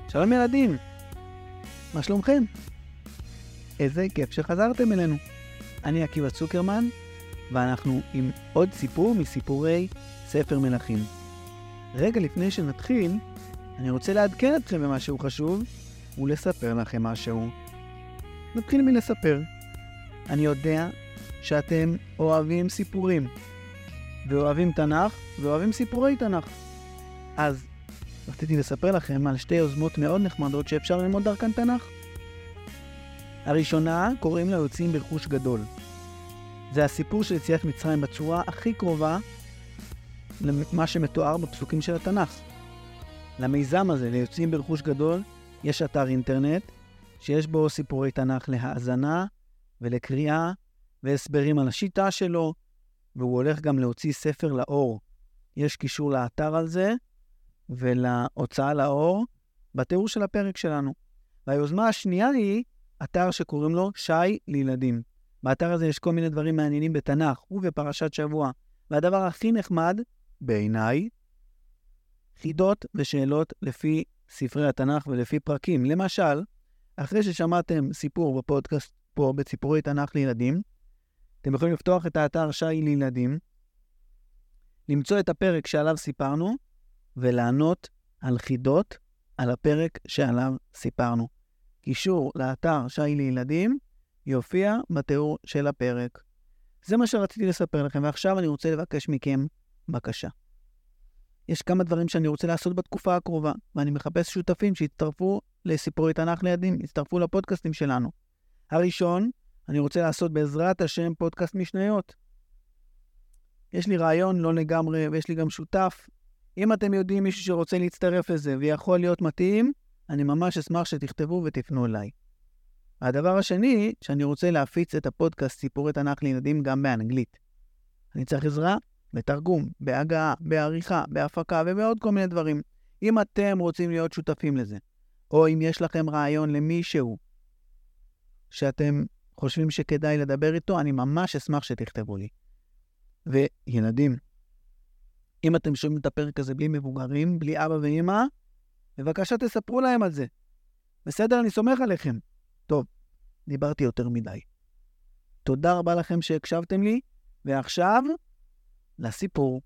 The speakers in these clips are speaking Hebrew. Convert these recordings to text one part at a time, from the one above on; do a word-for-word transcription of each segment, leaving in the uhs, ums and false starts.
שלום ילדים, מה שלומכם? איזה כיף שחזרתם אלינו. אני עקיבא צוקרמן, ואנחנו עם עוד סיפור מסיפורי ספר מלכים. רגע לפני שנתחיל, אני רוצה לעדכן אתכם במשהו חשוב, ולספר לכם משהו. נתחיל מלספר. אני יודע שאתם אוהבים סיפורים, ואוהבים תנ"ך, ואוהבים סיפורי תנ"ך. אז רציתי לספר לכם על שתי יוזמות מאוד נחמדות שאפשר ללמוד דרכן תנ"ך. הראשונה קוראים לה יוצאים ברכוש גדול. זה הסיפור של יציאת מצרים בצורה הכי קרובה למה שמתואר בפסוקים של התנ"ך. למיזם הזה, ליוצאים ברכוש גדול, יש אתר אינטרנט שיש בו סיפורי תנ"ך להאזנה ולקריאה והסברים על השיטה שלו, והוא הולך גם להוציא ספר לאור. יש קישור לאתר על זה ולהוצאה לאור בתיאור של הפרק שלנו. והיוזמה השנייה היא אתר שקוראים לו שי לילדים. באתר הזה יש כל מיני דברים מעניינים בתנ"ך ובפרשת שבוע. והדבר הכי נחמד בעיניי, חידות ושאלות לפי ספרי התנ"ך ולפי פרקים. למשל, אחרי ששמעתם סיפור בפודקאסט פה בציפורי תנ"ך לילדים, אתם יכולים לפתוח את האתר שי לילדים, למצוא את הפרק שעליו סיפרנו, ולענות על חידות על הפרק שעליו סיפרנו. קישור לאתר שי לילדים יופיע בתיאור של הפרק. זה מה שרציתי לספר לכם, ועכשיו אני רוצה לבקש מכם בקשה. יש כמה דברים שאני רוצה לעשות בתקופה הקרובה, ואני מחפש שותפים שיצטרפו לסיפורי תנ"ך לילדים, יצטרפו לפודקאסטים שלנו. הראשון, אני רוצה לעשות בעזרת השם פודקאסט משניות. יש לי רעיון לא לגמרי, ויש לי גם שותף. אם אתם יודעים מישהו שרוצה להצטרף לזה ויכול להיות מתאים, אני ממש אשמח שתכתבו ותפנו אליי. הדבר השני, שאני רוצה להפיץ את הפודקאסט סיפורי תנ"ך לילדים גם באנגלית. אני צריך עזרה בתרגום, בהגעה, בעריכה, בהפקה ובעוד כל מיני דברים. אם אתם רוצים להיות שותפים לזה, או אם יש לכם רעיון למישהו שאתם חושבים שכדאי לדבר איתו, אני ממש אשמח שתכתבו לי. וילדים, אם אתם שומעים את הפרק הזה בלי מבוגרים, בלי אבא ואמא, בבקשה תספרו להם על זה. בסדר, אני סומך עליכם. טוב, דיברתי יותר מדי. תודה רבה לכם שהקשבתם לי, ועכשיו לסיפור.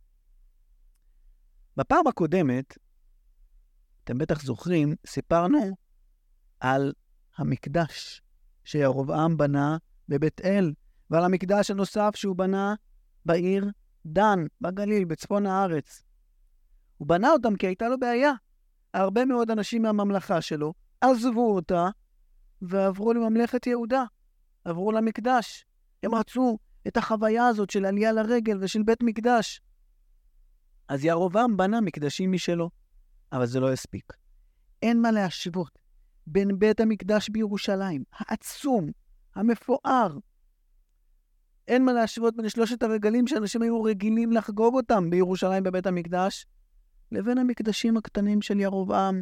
בפעם הקודמת, אתם בטח זוכרים, סיפרנו על המקדש שירבעם בנה בבית אל, ועל המקדש הנוסף שהוא בנה בעיר דן, בגליל, בצפון הארץ. הוא בנה אותם כי הייתה לו בעיה. הרבה מאוד אנשים מהממלכה שלו עזבו אותה ועברו לממלכת יהודה, עברו למקדש. הם רצו את החוויה הזאת של עלייה לרגל ושל בית מקדש. אז ירבעם בנה מקדשים משלו, אבל זה לא הספיק. אין מה להשוות בין בית המקדש בירושלים, העצום, המפואר. אין מה להשוות בין שלושת הרגלים שאנשים היו רגילים לחגוג אותם בירושלים בבית המקדש, לבין המקדשים הקטנים של ירבעם,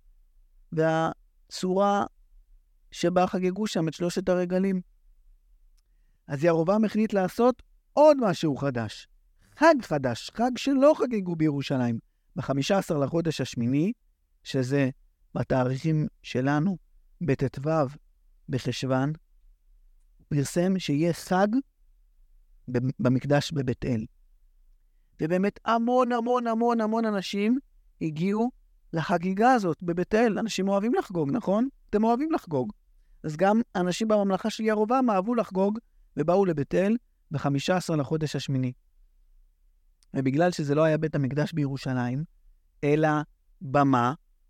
והצורה שבה חגגו שם את שלושת הרגלים. אז ירבעם החליט לעשות עוד משהו חדש. חג חדש, חג שלא חגגו בירושלים. ב-חמישה עשר לחודש השמיני, שזה בתאריכים שלנו, בט"ו בחשוון, פרסם שיהיה חג במקדש בבית אל. ובאמת המון המון המון המון אנשים הגיעו לחגיגה הזאת בבית אל. אנשים אוהבים לחגוג, נכון? אתם אוהבים לחגוג. אז גם אנשים בממלכה של ירבעם אהבו לחגוג ובאו לבית אל ב-חמישה עשר לחודש השמיני. ובגלל שזה לא היה בית המקדש בירושלים, אלא במה,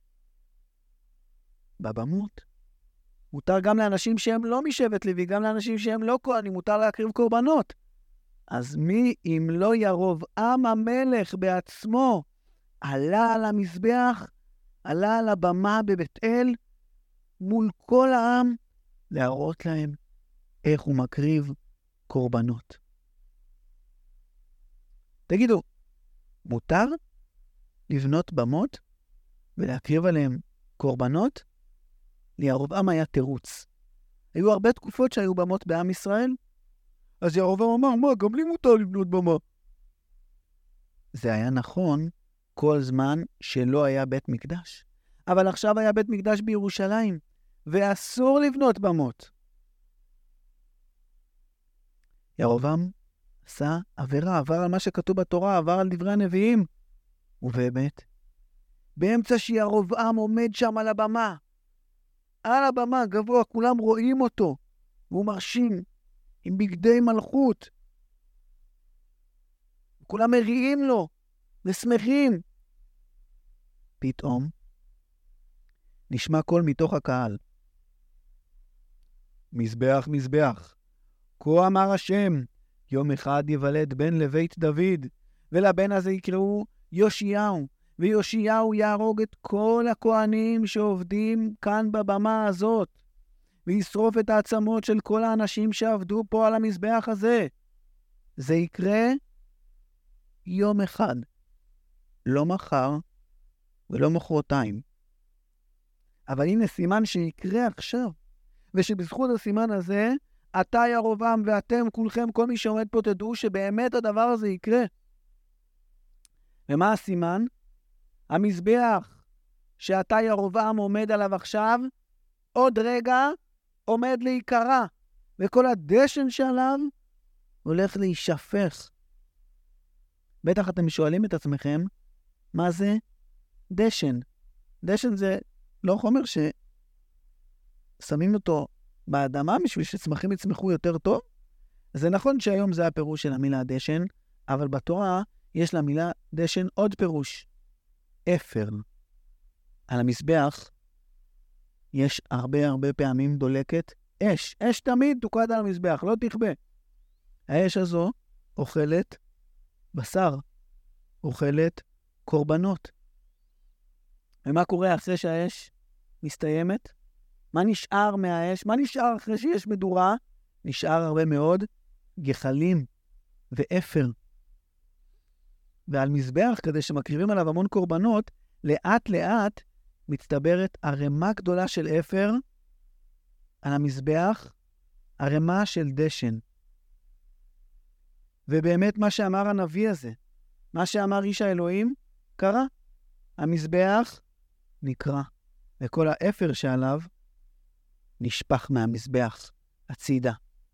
בבמות. מותר גם לאנשים שהם לא משבט לוי, גם לאנשים שהם לא כהנים, מותר להקריב קורבנות. אז מי אם לא ירבעם המלך בעצמו עלה על המזבח, עלה על הבמה בבית אל, מול כל העם, להראות להם איך הוא מקריב קורבנות. תגידו, מותר לבנות במות ולהקריב עליהם קורבנות? לירבעם היה תירוץ. היו הרבה תקופות שהיו במות בעם ישראל, אז ירבעם אמר, מה, גם לי מותר לבנות במה. זה היה נכון כל זמן שלא היה בית מקדש. אבל עכשיו היה בית מקדש בירושלים, ואסור לבנות במות. ירובעם עשה עבירה, עבר על מה שכתוב בתורה, עבר על דברי הנביאים. ובאמת, באמצע שירובעם עומד שם על הבמה, על הבמה גבוה, כולם רואים אותו, והוא מרשים עם בגדי מלכות. כולם מריעים לו ושמחים. פתאום נשמע קול מתוך הקהל. מזבח, מזבח. כה אמר השם, יום אחד יוולד בן לבית דוד, ולבן הזה יקראו יאשיהו, ויאשיהו יהרוג את כל הכהנים שעובדים כאן בבמה הזאת, וישרוף את העצמות של כל האנשים שעבדו פה על המזבח הזה. זה יקרה יום אחד, לא מחר ולא מחרתיים. אבל הנה סימן שיקרה עכשיו, ושבזכות הסימן הזה, אתה ירובעם ואתם כולכם, כל מי שעומד פה, תדעו שבאמת הדבר הזה יקרה. ומה הסימן? המזבח שאתה ירובעם עומד עליו עכשיו, עוד רגע עומד להיקרע, וכל הדשן שעליו הולך להישפך. בטח אתם שואלים את עצמכם, מה זה דשן? דשן זה לא חומר ששמים אותו באדמה בשביל שצמחים יצמחו יותר טוב? זה נכון שהיום זה הפירוש של המילה דשן, אבל בתורה יש למילה דשן עוד פירוש, אפר. על המזבח יש הרבה הרבה פעמים דולקת אש. אש תמיד תוקד על המזבח, לא תכבה. האש הזו אוכלת בשר, אוכלת קורבנות. ומה קורה אחרי שהאש מסתיימת? מה נשאר מהאש? מה נשאר אחרי שיש מדורה? נשאר הרבה מאוד גחלים ואפר. ועל מזבח, כדי שמקריבים עליו המון קורבנות, לאט לאט מצטברת ערימה גדולה של אפר על המזבח, ערימה של דשן. ובאמת מה שאמר הנביא הזה, מה שאמר איש האלוהים, קרה. המזבח נקרע, וכל האפר שעליו נשפך מהמזבח הצידה.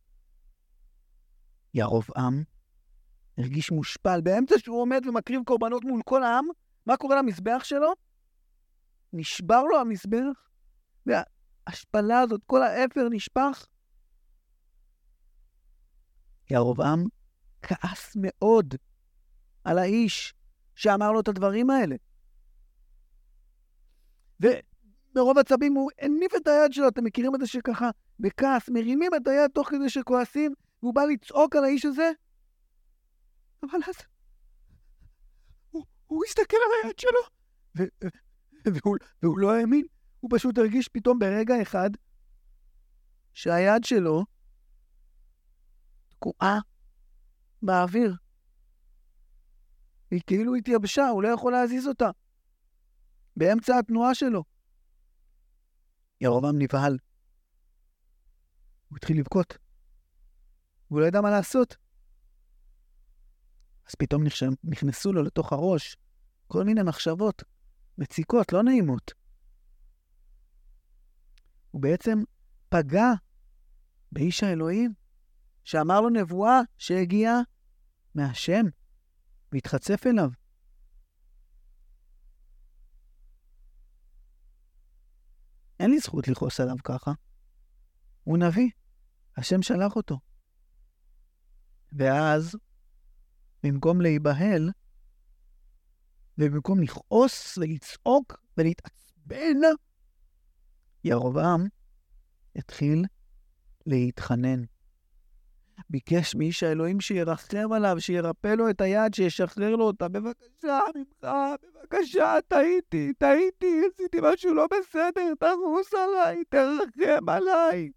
ירובעם הרגיש מושפל, באמצע שהוא עומד ומקריב קורבנות מול כל העם. מה קורה למזבח שלו? נשבר לו המזבח, וההשפלה הזאת, כל האפר נשפך. ירובעם כעס מאוד על האיש שאמר לו את הדברים האלה. ומרוב עצבים הוא הניף את היד שלו, אתם מכירים את זה שככה בכעס, מרימים את היד תוך כדי שכועסים, והוא בא לצעוק על האיש הזה. אבל אז הוא, הוא הסתכל על היד שלו, ו, והוא, והוא לא האמין. הוא פשוט הרגיש פתאום ברגע אחד שהיד שלו תקועה באוויר. היא כאילו התייבשה, הוא לא יכול להזיז אותה. באמצע התנועה שלו. ירובעם נבהל. הוא התחיל לבכות. הוא לא ידע מה לעשות. אז פתאום נכנסו לו לתוך הראש כל מיני מחשבות, מציקות, לא נעימות. הוא בעצם פגע באיש האלוהים, שאמר לו נבואה שהגיעה מהשם, והתחצף אליו. אין לי זכות לכעוס עליו ככה. הוא נביא. השם שלח אותו. ואז, במקום להיבהל, ובמקום לכעוס ולצעוק ולהתעצבן, ירובעם התחיל להתחנן. ביקש מאיש האלוהים שירחם עליו, שירפא לו את היד, שישחרר לו אותה. בבקשה ממך, בבקשה, טעיתי, טעיתי, עשיתי משהו לא בסדר, תחוס עליי, תרחם עליי.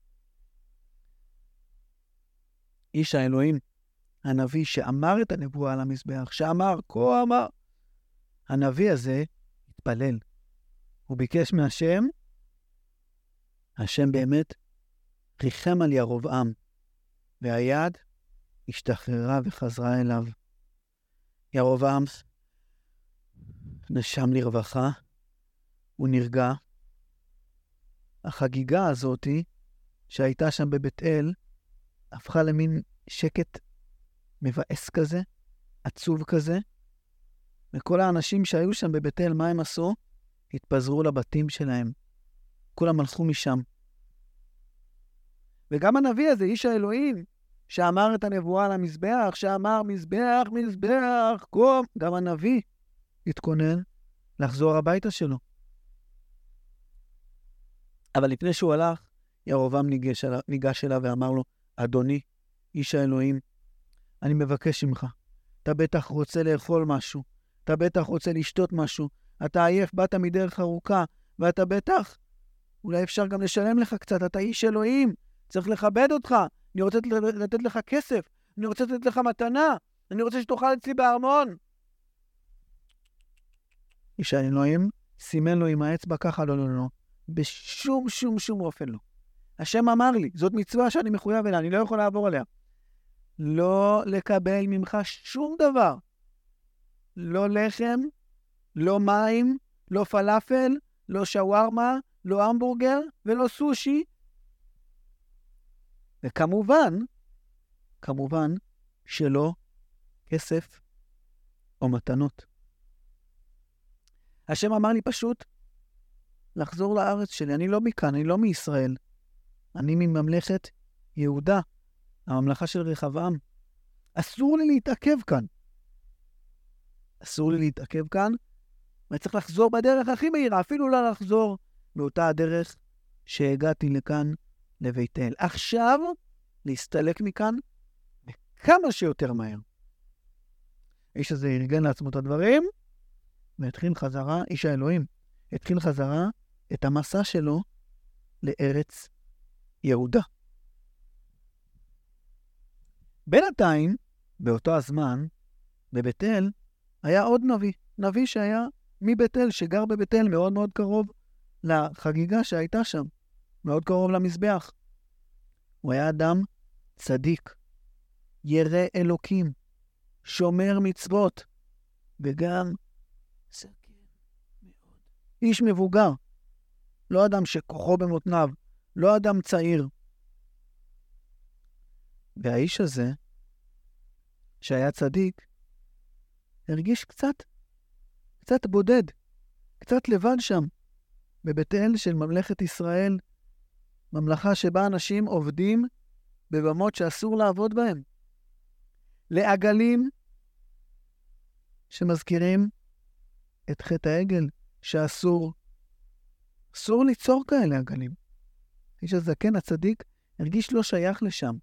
איש האלוהים, הנביא שאמר את הנבואה על המזבח, שאמר, כה אמר, הנביא הזה התפלל. הוא ביקש מהשם, השם באמת ריחם על ירובעם, והיד השתחררה וחזרה אליו. ירובעם נשם לרווחה, הוא נרגע. החגיגה הזאת שהייתה שם בבית אל, הפכה למין שקט מבאס כזה, עצוב כזה, וכל האנשים שהיו שם בבית אל, מה הם עשו? התפזרו לבתים שלהם. כולם הלכו משם. וגם הנביא הזה, איש האלוהים, שאמר את הנבואה על המזבח, שאמר מזבח, מזבח, קום, גם הנביא התכונן לחזור הביתה שלו. אבל לפני שהוא הלך, ירובעם ניגש, ניגש אליו ואמר לו, אדוני, איש האלוהים, אני מבקש ממך, אתה בטח רוצה לאכול משהו, אתה בטח רוצה לשתות משהו, אתה עייף, באת מדרך ארוכה, ואתה בטח, אולי אפשר גם לשלם לך קצת, אתה איש אלוהים, צריך לכבד אותך, אני רוצה לתת לך כסף, אני רוצה לתת לך מתנה, אני רוצה שתאכל אצלי בארמון. איש האלוהים סימן לו עם האצבע ככה, לא, לא, לא, בשום שום שום אופן לא. השם אמר לי, זאת מצווה שאני מחויב אליה, אני לא יכול לעבור עליה. לא לקבל ממך שום דבר. לא לחם, לא מים, לא פלאפל, לא שווארמה, לא המבורגר ולא סושי. וכמובן, כמובן שלא כסף או מתנות. השם אמר לי פשוט לחזור לארץ שלי. אני לא מכאן, אני לא מישראל. אני מממלכת יהודה, הממלכה של רחבעם. אסור לי להתעכב כאן. אסור לי להתעכב כאן, ואני צריך לחזור בדרך הכי מהירה, אפילו לא לחזור באותה הדרך שהגעתי לכאן לבית אל. עכשיו, להסתלק מכאן וכמה שיותר מהר. האיש הזה ארגן לעצמו את הדברים, והתחיל חזרה, איש האלוהים, התחיל חזרה את המסע שלו לארץ יהודה. בינתיים, באותו הזמן, בבית אל, היה עוד נביא, נביא שהיה מבית אל, שגר בבית אל מאוד מאוד קרוב לחגיגה שהייתה שם, מאוד קרוב למזבח. הוא היה אדם צדיק, ירא אלוקים, שומר מצוות, וגם זקן מאוד. איש מבוגר, לא אדם שכוחו במותניו, לא אדם צעיר. והאיש הזה, שהיה צדיק, הרגיש קצת, קצת בודד, קצת לבד שם, בבית אל של ממלכת ישראל, ממלכה שבה אנשים עובדים בבמות שאסור לעבוד בהם. לעגלים שמזכירים את חטא העגל, שאסור, אסור ליצור כאלה עגלים. איש הזקן הצדיק הרגיש לא שייך לשם.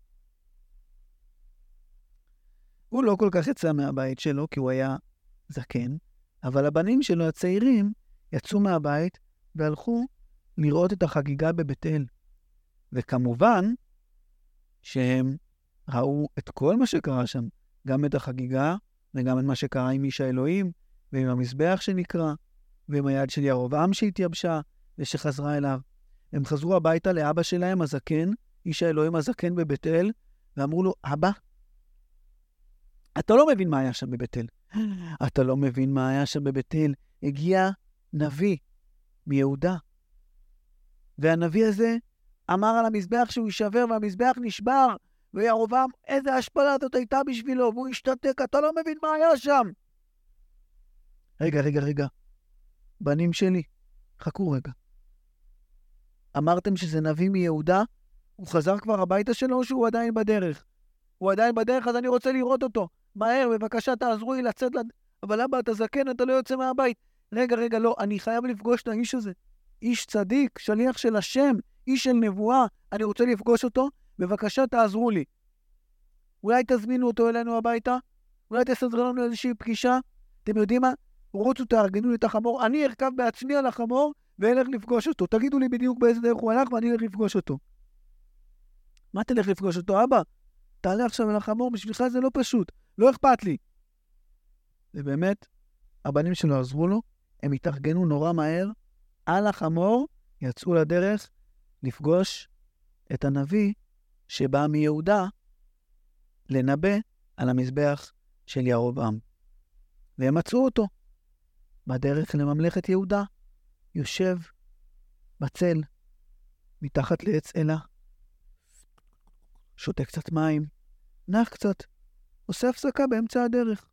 הוא לא כל כך יצא מהבית שלו, כי הוא היה זקן, אבל הבנים שלו הצעירים יצאו מהבית והלכו לראות את החגיגה בבית אל. וכמובן שהם ראו את כל מה שקרה שם, גם את החגיגה וגם את מה שקרה עם איש האלוהים, ועם המזבח שנקרא, ועם היד של ירובעם שהתייבשה ושחזרה אליו. הם חזרו הביתה לאבא שלהם, הזקן, איש האלוהים הזקן בבית אל, ואמרו לו, אבא, אתה לא מבין מה היה שם בבית אל. אתה לא מבין מה היה שם בבית אל. הגיע נביא מיהודה. והנביא הזה אמר על המזבח שהוא יישבר, והמזבח נשבר, וירובעם, איזה השפלה זאת הייתה בשבילו, והוא השתתק, אתה לא מבין מה היה שם. רגע, רגע, רגע. בנים שלי, חכו רגע. אמרתם שזה נביא מיהודה? הוא חזר כבר הביתה שלו או שהוא עדיין בדרך? הוא עדיין בדרך, אז אני רוצה לראות אותו. מהר, בבקשה, תעזרו לי לצאת לד... אבל אבא, אתה זקן, אתה לא יוצא מהבית. רגע, רגע, לא, אני חייב לפגוש את האיש הזה. איש צדיק, שליח של השם, איש של נבואה, אני רוצה לפגוש אותו, בבקשה, תעזרו לי. אולי תזמינו אותו אלינו הביתה? אולי תסדרו לנו איזושהי פגישה? אתם יודעים מה? רוצו, תארגנו לי את החמור, אני ארכב בעצמי על החמור, ואלך לפגוש אותו. תגידו לי בדיוק באיזה דרך הוא הלך, ואני אלך לפגוש אותו. מה תלך לפגוש אותו, אבא? תעלה עכשיו על החמור, בשבילך זה לא פשוט, לא אכפת לי. ובאמת, הבנים שלו עזרו לו, הם התארגנו נורא מהר, על החמור, יצאו לדרך לפגוש את הנביא שבא מיהודה לנבא על המזבח של ירובעם. והם מצאו אותו בדרך לממלכת יהודה. יושב בצל, מתחת לעץ אלה, שותה קצת מים, נח קצת, עושה הפסקה באמצע הדרך.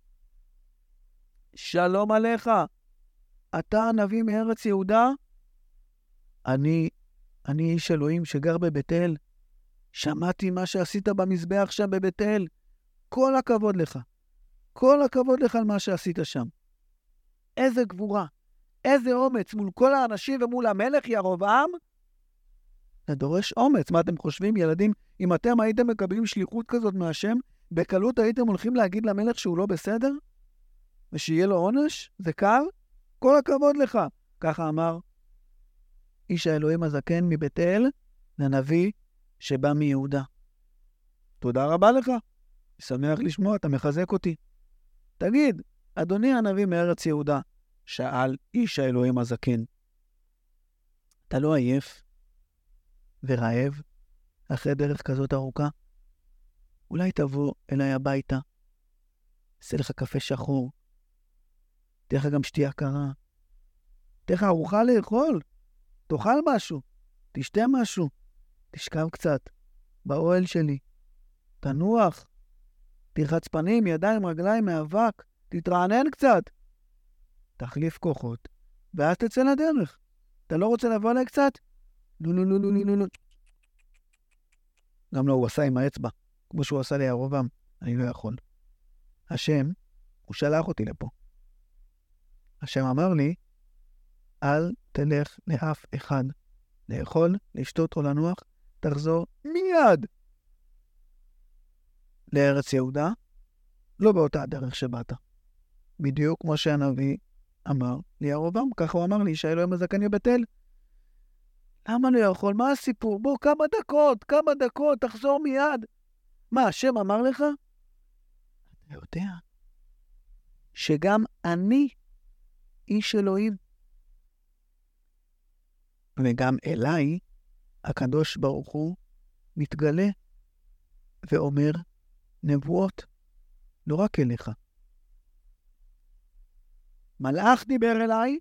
שלום עליך, אתה הנביא מארץ יהודה? אני, אני איש אלוהים שגר בבית אל. שמעתי מה שעשית במזבח שם בבית אל. כל הכבוד לך. כל הכבוד לך על מה שעשית שם. איזה גבורה, איזה אומץ מול כל האנשים ומול המלך ירבעם. זה דורש אומץ. מה אתם חושבים, ילדים? אם אתם הייתם מקבלים שליחות כזאת מהשם, בקלות הייתם הולכים להגיד למלך שהוא לא בסדר? ושיהיה לו עונש? זה קל? כל הכבוד לך. ככה אמר איש האלוהים הזקן מבית אל לנביא שבא מיהודה. תודה רבה לך. שמח לשמוע, אתה מחזק אותי. תגיד, אדוני הנביא מארץ יהודה, שאל איש האלוהים הזקן, אתה לא עייף ורעב אחרי דרך כזאת ארוכה? אולי תבוא אליי הביתה, עשה לך קפה שחור, תהיה לך גם שתייה קרה, תהיה לך ארוחה לאכול, תאכל משהו, תשתה משהו, תשכב קצת באוהל שלי, תנוח, תרחץ פנים, ידיים, רגליים, מאבק, תתרענן קצת, תחליף כוחות, ואז תצא לדרך. אתה לא רוצה לבוא אליי קצת? לא, לא, לא, לא, לא, לא. גם לא, הוא עשה עם האצבע, כמו שהוא עשה לירבעם. אני לא יכול. השם, הוא שלח אותי לפה. השם אמר לי, אל תלך לאף אחד. לאכול, לשתות או לנוח, תחזור מיד לארץ יהודה, לא באותה הדרך שבאת. בדיוק כמו שהנביא אמר לירבעם, ככה הוא אמר לי, איש האלוהים הזקן מבית אל. למה לא יכול? מה הסיפור? בוא, כמה דקות, כמה דקות, תחזור מיד. מה, השם אמר לך? אתה יודע שגם אני איש אלוהים. וגם אליי, הקדוש ברוך הוא מתגלה ואומר נבואות, לא רק אליך. מלאך דיבר אליי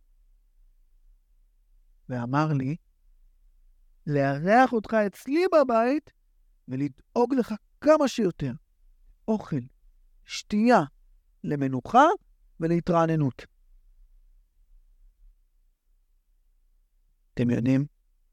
ואמר לי לארח אותך אצלי בבית ולדאוג לך כמה שיותר אוכל, שתייה, למנוחה ולהתרעננות. אתם יודעים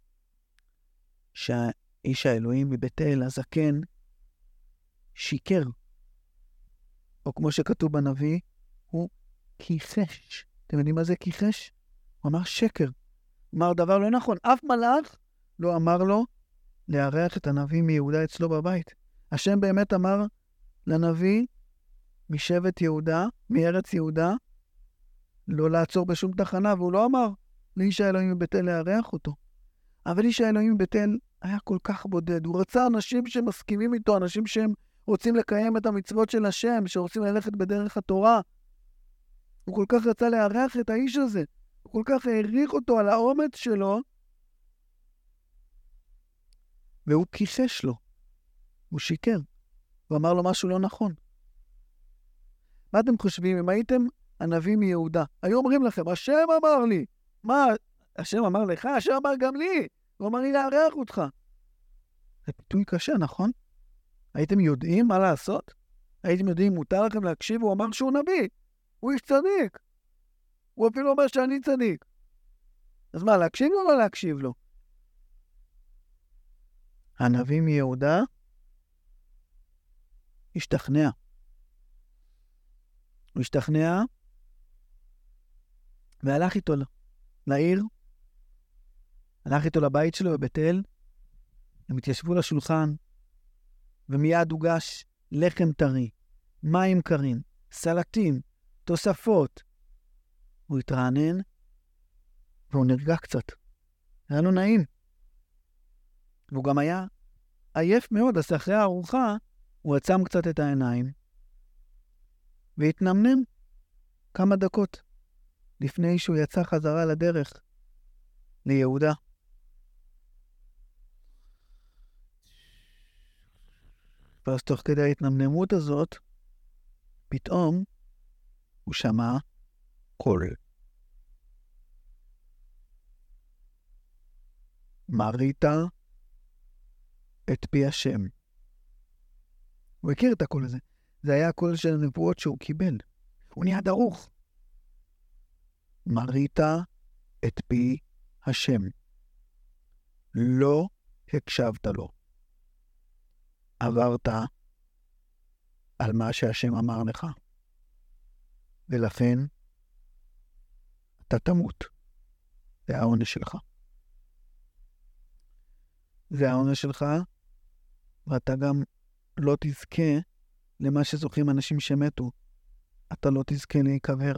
שהאיש האלוהים מבית אל הזקן שיקר, או כמו שכתוב בנביא, הוא כיחש. אתם יודעים מה זה כיחש? הוא אמר שקר. אמר דבר לא נכון. אף מלאך לא אמר לו לארח את הנביא מיהודה אצלו בבית. השם באמת אמר לנביא משבט יהודה, מארץ יהודה, לא לעצור בשום תחנה, והוא לא אמר לאיש האלוהים מבית אל לארח אותו. אבל איש האלוהים מבית אל היה כל כך בודד. הוא רצה אנשים שמסכימים איתו, אנשים שהם רוצים לקיים את המצוות של השם, שרוצים ללכת בדרך התורה. הוא כל כך רצה לארח את האיש הזה. הוא כל כך העריך אותו על האומץ שלו, והוא כיחש לו. הוא שיקר. הוא אמר לו משהו לא נכון. מה אתם חושבים? אם הייתם הנביא מיהודה, היו אומרים לכם, השם אמר לי. מה? השם אמר לך? השם אמר גם לי. הוא אמר לי לארח אותך. זה פיתוי קשה, נכון? הייתם יודעים מה לעשות? הייתם יודעים, מותר לכם להקשיב? הוא אמר שהוא נביא. הוא איש צדיק. הוא אפילו אומר שאני צדיק. אז מה, להקשיב לו או לא להקשיב לו? הנביא מיהודה השתכנע. הוא השתכנע והלך איתו לעיר, הלך איתו לבית שלו בבית אל, הם התיישבו לשולחן, ומיד הוגש לחם טרי, מים קרים, סלטים, תוספות. הוא התרענן, והוא נרגע קצת. היה לו נעים. והוא גם היה עייף מאוד, אז אחרי הארוחה, הוא עצם קצת את העיניים, והתנמנם כמה דקות, לפני שהוא יצא חזרה לדרך, ליהודה. ואז תוך כדי ההתנמנמות הזאת, פתאום הוא שמע קול. מרית את פי השם. הוא הכיר את הקול הזה. זה היה הקול של הנבואות שהוא קיבל. הוא נהיה דרוך. מרית את פי השם. לא הקשבת לו. עברת על מה שהשם אמר לך. ולכן אתה תמות. זה העונש שלך. זה העונש שלך, ואתה גם לא תזכה למה שזוכים אנשים שמתו. אתה לא תזכה להיקבר.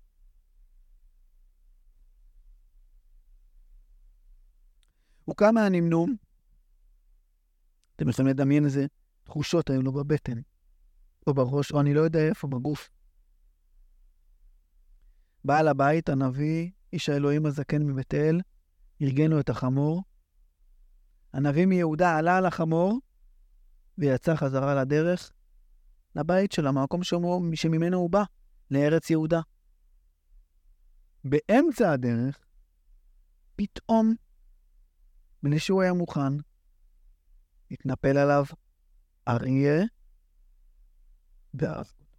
הוא קם מהנמנום. אתם יכולים לדמיין איזה תחושות היו לו בבטן, או בראש, או אני לא יודע איפה, בגוף. בעל הבית, הנביא, איש האלוהים הזקן מבית אל, ארגן לו את החמור. הנביא מיהודה עלה על החמור, ויצא חזרה לדרך, לבית של המקום שממנו הוא בא, לארץ יהודה. באמצע הדרך, פתאום, בלי שהוא היה מוכן, התנפל עליו אריה והרג אותו.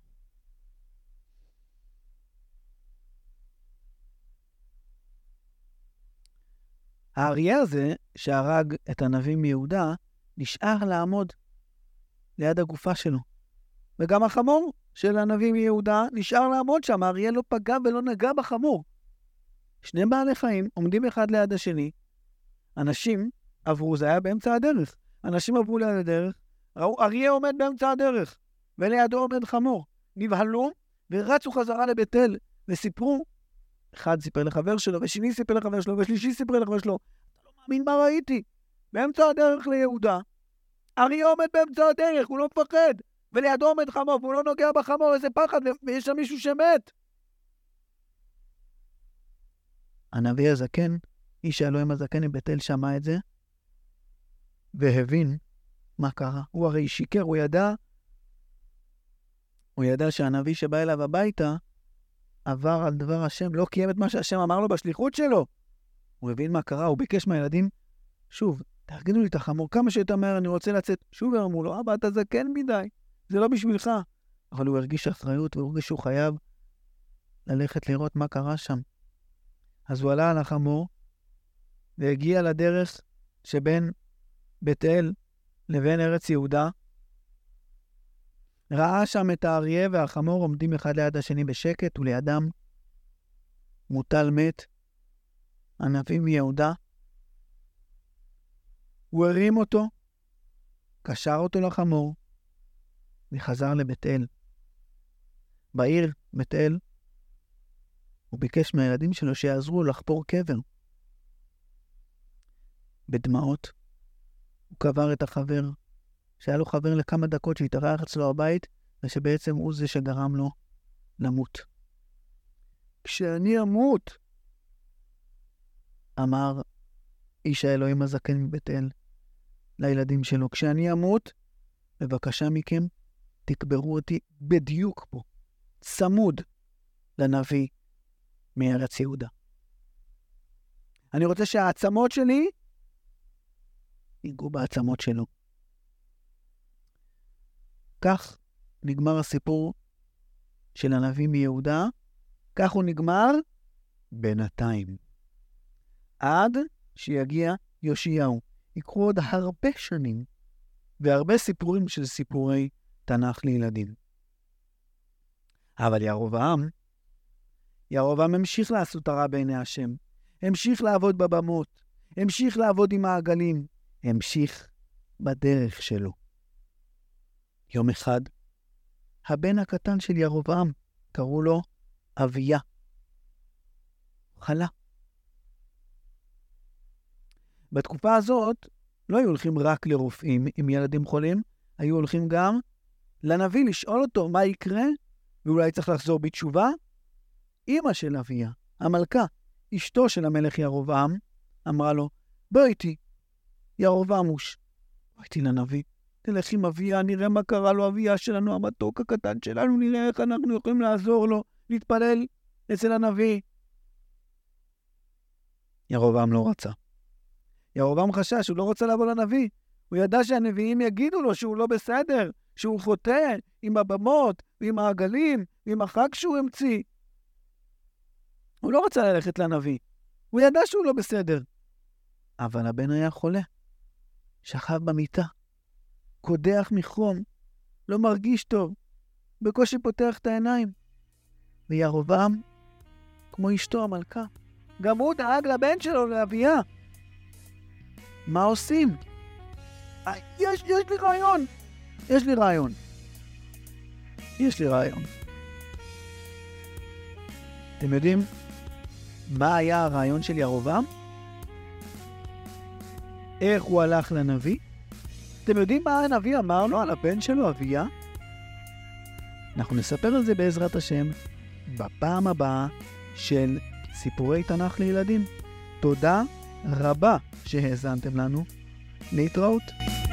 האריה הזה שהרג את הנביא מיהודה נשאר לעמוד ליד הגופה שלו. וגם החמור של הנביא מיהודה נשאר לעמוד שם. האריה לא פגע ולא נגע בחמור. שני בעלי חיים עומדים אחד ליד השני. אנשים עברו, זה היה באמצע הדרך. אנשים עברו ליד הדרך, ראו אריה עומד באמצע הדרך, ולידו עומד חמור. נבהלו ורצו חזרה לבית אל, וסיפרו, אחד סיפר לחבר שלו, ושני סיפר לחבר שלו, ושלישי סיפר לחבר שלו, אתה לא מאמין מה ראיתי. באמצע הדרך ליהודה, אריה עומד באמצע הדרך, הוא לא מפחד, ולידו עומד חמור, והוא לא נוגע בחמור, איזה פחד, ויש שם מישהו שמת. הנביא הזקן, איש האלוהים הזקן מבית אל, שמע את זה, והבין מה קרה. הוא הרי שיקר, הוא ידע, הוא ידע שהנביא שבא אליו הביתה, עבר על דבר השם, לא קיים את מה שהשם אמר לו בשליחות שלו. הוא הבין מה קרה, הוא ביקש מהילדים, שוב, תארגנו לי את החמור, כמה שיותר מהר אני רוצה לצאת. שוב אמרו לו, אבא, אתה זקן מדי, זה לא בשבילך. אבל הוא הרגיש אחריות, והוא הרגיש שהוא חייב ללכת לראות מה קרה שם. אז הוא עלה על החמור, והגיע לדרך שבין בית אל לבין ארץ יהודה, ראה שם את האריה והחמור עומדים אחד ליד השני בשקט, ולידם מוטל מת, הנביא מיהודה. הוא הרים אותו, קשר אותו לחמור, וחזר לבית אל. בעיר בית אל, הוא ביקש מהילדים שלו שיעזרו לו לחפור קבר. בדמעות, הוא קבר את החבר, שהיה לו חבר לכמה דקות שהתארח אצלו הבית, ושבעצם הוא זה שגרם לו למות. כשאני אמות, אמר איש האלוהים הזקן מבית אל לילדים שלו, כשאני אמות, בבקשה מכם, תקברו אותי בדיוק פה, צמוד לנביא מארץ יהודה. אני רוצה שהעצמות שלי ייגעו בעצמות שלו. כך נגמר הסיפור של הנביא מיהודה, כך הוא נגמר בינתיים. עד שיגיע יאשיהו. יקחו עוד הרבה שנים, והרבה סיפורים של סיפורי תנ"ך לילדים. אבל ירבעם, ירבעם המשיך לעשות הרע בעיני השם, המשיך לעבוד בבמות, המשיך לעבוד עם העגלים, המשיך בדרך שלו. יום אחד, הבן הקטן של ירבעם, קראו לו אביה, חלה. בתקופה הזאת, לא היו הולכים רק לרופאים עם ילדים חולים, היו הולכים גם לנביא לשאול אותו מה יקרה, ואולי צריך לחזור בתשובה. אמא של אביה, המלכה, אשתו של המלך ירבעם, אמרה לו, בוא איתי, ירבעמוש, בוא איתי לנביא, תלך עם אביה, נראה מה קרה לו, אביה שלנו, המתוק הקטן שלנו, נראה איך אנחנו יכולים לעזור לו, להתפלל אצל הנביא. ירבעם לא רצה. ירובעם חשש, הוא לא רוצה לבוא לנביא. הוא ידע שהנביאים יגידו לו שהוא לא בסדר, שהוא חוטא עם הבמות, ועם העגלים, ועם החג שהוא המציא. הוא לא רצה ללכת לנביא. הוא ידע שהוא לא בסדר. אבל הבן היה חולה. שכב במיטה. קודח מחום. לא מרגיש טוב. בקושי פותח את העיניים. וירובעם, כמו אשתו המלכה, גם הוא דאג לבן שלו לאביה. מה עושים? יש, יש לי רעיון. יש לי רעיון. יש לי רעיון. אתם יודעים מה היה הרעיון של ירובעם? איך הוא הלך לנביא? אתם יודעים מה הנביא אמר לו על הבן שלו, אביה? אנחנו נספר על זה בעזרת השם בפעם הבאה של סיפורי תנ"ך לילדים. תודה רבה שהאזנתם לנו. להתראות.